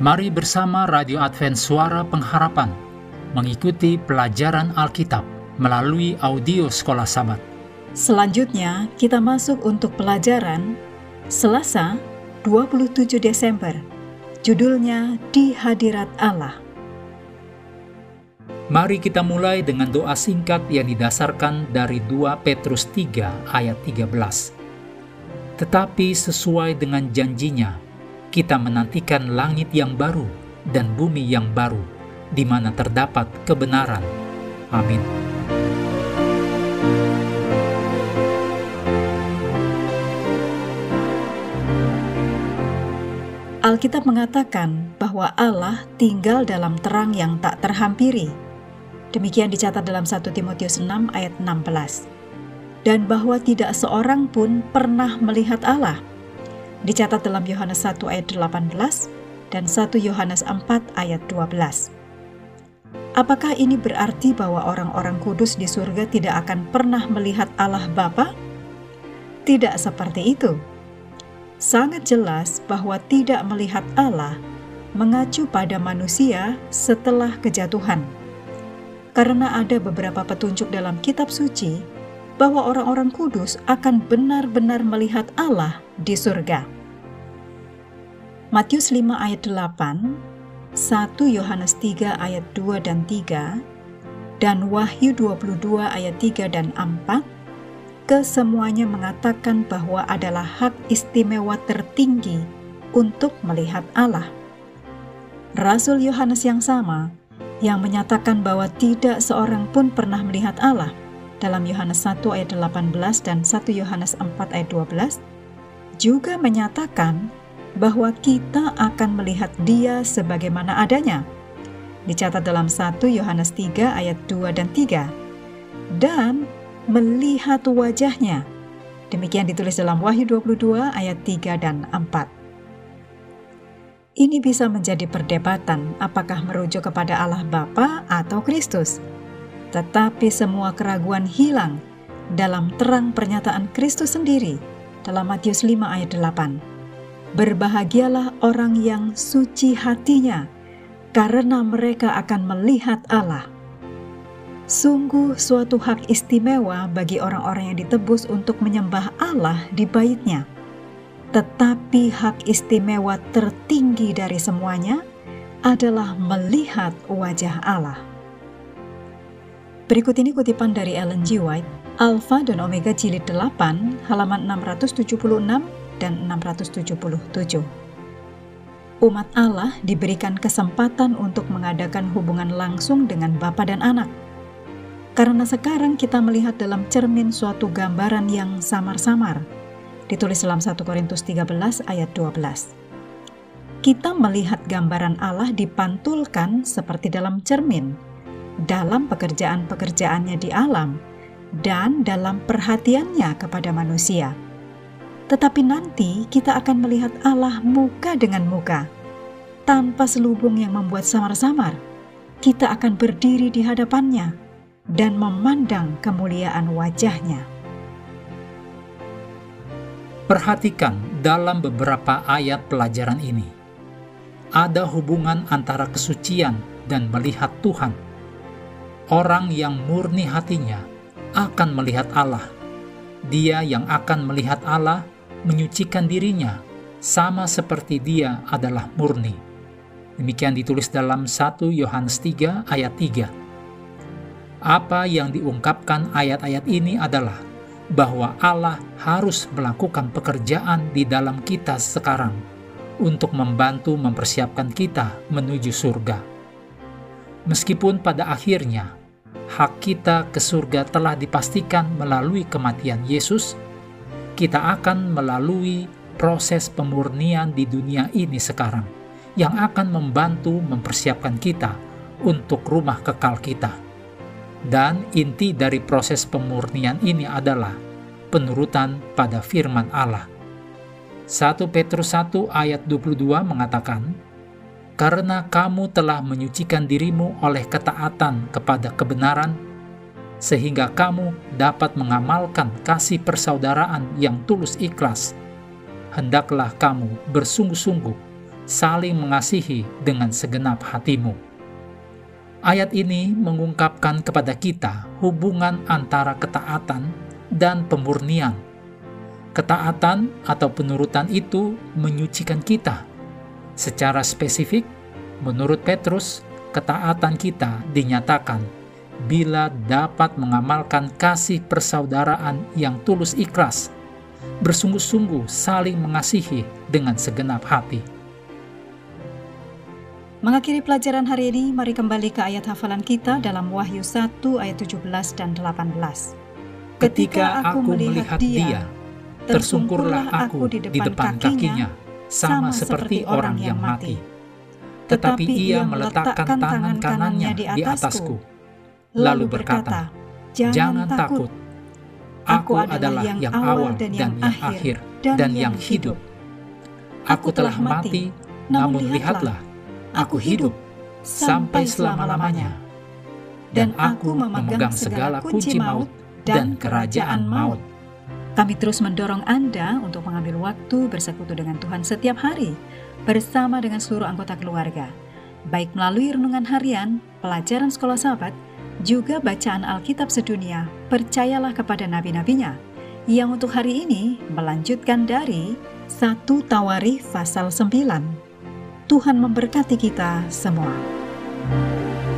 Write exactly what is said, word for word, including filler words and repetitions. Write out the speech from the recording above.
Mari bersama Radio Advent Suara Pengharapan mengikuti pelajaran Alkitab melalui audio Sekolah Sabat. Selanjutnya kita masuk untuk pelajaran Selasa dua puluh tujuh Desember. Judulnya Di Hadirat Allah. Mari kita mulai dengan doa singkat yang didasarkan dari dua Petrus tiga ayat tiga belas. Tetapi sesuai dengan janjinya, kita menantikan langit yang baru dan bumi yang baru, di mana terdapat kebenaran. Amin. Alkitab mengatakan bahwa Allah tinggal dalam terang yang tak terhampiri. Demikian dicatat dalam satu Timotius enam ayat enam belas. Dan bahwa tidak seorang pun pernah melihat Allah. Dicatat dalam Yohanes satu ayat delapan belas dan satu Yohanes empat ayat dua belas. Apakah ini berarti bahwa orang-orang kudus di surga tidak akan pernah melihat Allah Bapa? Tidak seperti itu. Sangat jelas bahwa tidak melihat Allah mengacu pada manusia setelah kejatuhan. Karena ada beberapa petunjuk dalam kitab suci bahwa orang-orang kudus akan benar-benar melihat Allah di surga. Matius lima ayat delapan, satu Yohanes tiga ayat dua dan tiga, dan Wahyu dua puluh dua ayat tiga dan empat, kesemuanya mengatakan bahwa adalah hak istimewa tertinggi untuk melihat Allah. Rasul Yohanes yang sama, yang menyatakan bahwa tidak seorang pun pernah melihat Allah, dalam Yohanes satu ayat delapan belas dan satu Yohanes empat ayat dua belas, juga menyatakan bahwa kita akan melihat Dia sebagaimana adanya. Dicatat dalam satu Yohanes tiga ayat dua dan tiga. Dan melihat wajahnya. Demikian ditulis dalam Wahyu dua puluh dua ayat tiga dan empat. Ini bisa menjadi perdebatan apakah merujuk kepada Allah Bapa atau Kristus. Tetapi semua keraguan hilang dalam terang pernyataan Kristus sendiri dalam Matius lima ayat delapan. Berbahagialah orang yang suci hatinya, karena mereka akan melihat Allah. Sungguh suatu hak istimewa bagi orang-orang yang ditebus untuk menyembah Allah di Bait-Nya. Tetapi hak istimewa tertinggi dari semuanya adalah melihat wajah Allah. Berikut ini kutipan dari Ellen G. White, Alfa dan Omega Jilid delapan, halaman enam ratus tujuh puluh enam dan enam ratus tujuh puluh tujuh. Umat Allah diberikan kesempatan untuk mengadakan hubungan langsung dengan Bapa dan Anak. Karena sekarang kita melihat dalam cermin suatu gambaran yang samar-samar. Ditulis dalam satu Korintus tiga belas ayat dua belas. Kita melihat gambaran Allah dipantulkan seperti dalam cermin, dalam pekerjaan-pekerjaannya di alam, dan dalam perhatiannya kepada manusia. Tetapi nanti kita akan melihat Allah muka dengan muka, tanpa selubung yang membuat samar-samar. Kita akan berdiri di hadapannya dan memandang kemuliaan wajahnya. Perhatikan dalam beberapa ayat pelajaran ini. Ada hubungan antara kesucian dan melihat Tuhan. Orang yang murni hatinya akan melihat Allah. Dia yang akan melihat Allah menyucikan dirinya, sama seperti Dia adalah murni. Demikian ditulis dalam satu Yohanes tiga ayat tiga. Apa yang diungkapkan ayat-ayat ini adalah bahwa Allah harus melakukan pekerjaan di dalam kita sekarang untuk membantu mempersiapkan kita menuju surga. Meskipun pada akhirnya hak kita ke surga telah dipastikan melalui kematian Yesus, kita akan melalui proses pemurnian di dunia ini sekarang yang akan membantu mempersiapkan kita untuk rumah kekal kita. Dan inti dari proses pemurnian ini adalah penurutan pada firman Allah. satu Petrus satu ayat dua puluh dua mengatakan, "Karena kamu telah menyucikan dirimu oleh ketaatan kepada kebenaran, sehingga kamu dapat mengamalkan kasih persaudaraan yang tulus ikhlas, hendaklah kamu bersungguh-sungguh saling mengasihi dengan segenap hatimu. Ayat ini mengungkapkan kepada kita hubungan antara ketaatan dan pemurnian. Ketaatan atau penurutan itu menyucikan kita. Secara spesifik, menurut Petrus, ketaatan kita dinyatakan bila dapat mengamalkan kasih persaudaraan yang tulus ikhlas, bersungguh-sungguh saling mengasihi dengan segenap hati. Mengakhiri pelajaran hari ini, mari kembali ke ayat hafalan kita dalam Wahyu satu ayat tujuh belas dan delapan belas. Ketika aku melihat dia, tersungkurlah aku di depan kakinya, sama seperti orang yang mati. Tetapi ia meletakkan tangan kanannya di atasku, lalu berkata, "Jangan takut, aku adalah yang awal dan yang akhir dan yang hidup. Aku telah mati, namun lihatlah, aku hidup sampai selama-lamanya. Dan aku memegang segala kunci maut dan kerajaan maut." Kami terus mendorong Anda untuk mengambil waktu bersekutu dengan Tuhan setiap hari bersama dengan seluruh anggota keluarga, baik melalui renungan harian, pelajaran sekolah sahabat, juga bacaan Alkitab sedunia, percayalah kepada nabi-nabinya, yang untuk hari ini melanjutkan dari satu Tawarikh pasal sembilan. Tuhan memberkati kita semua.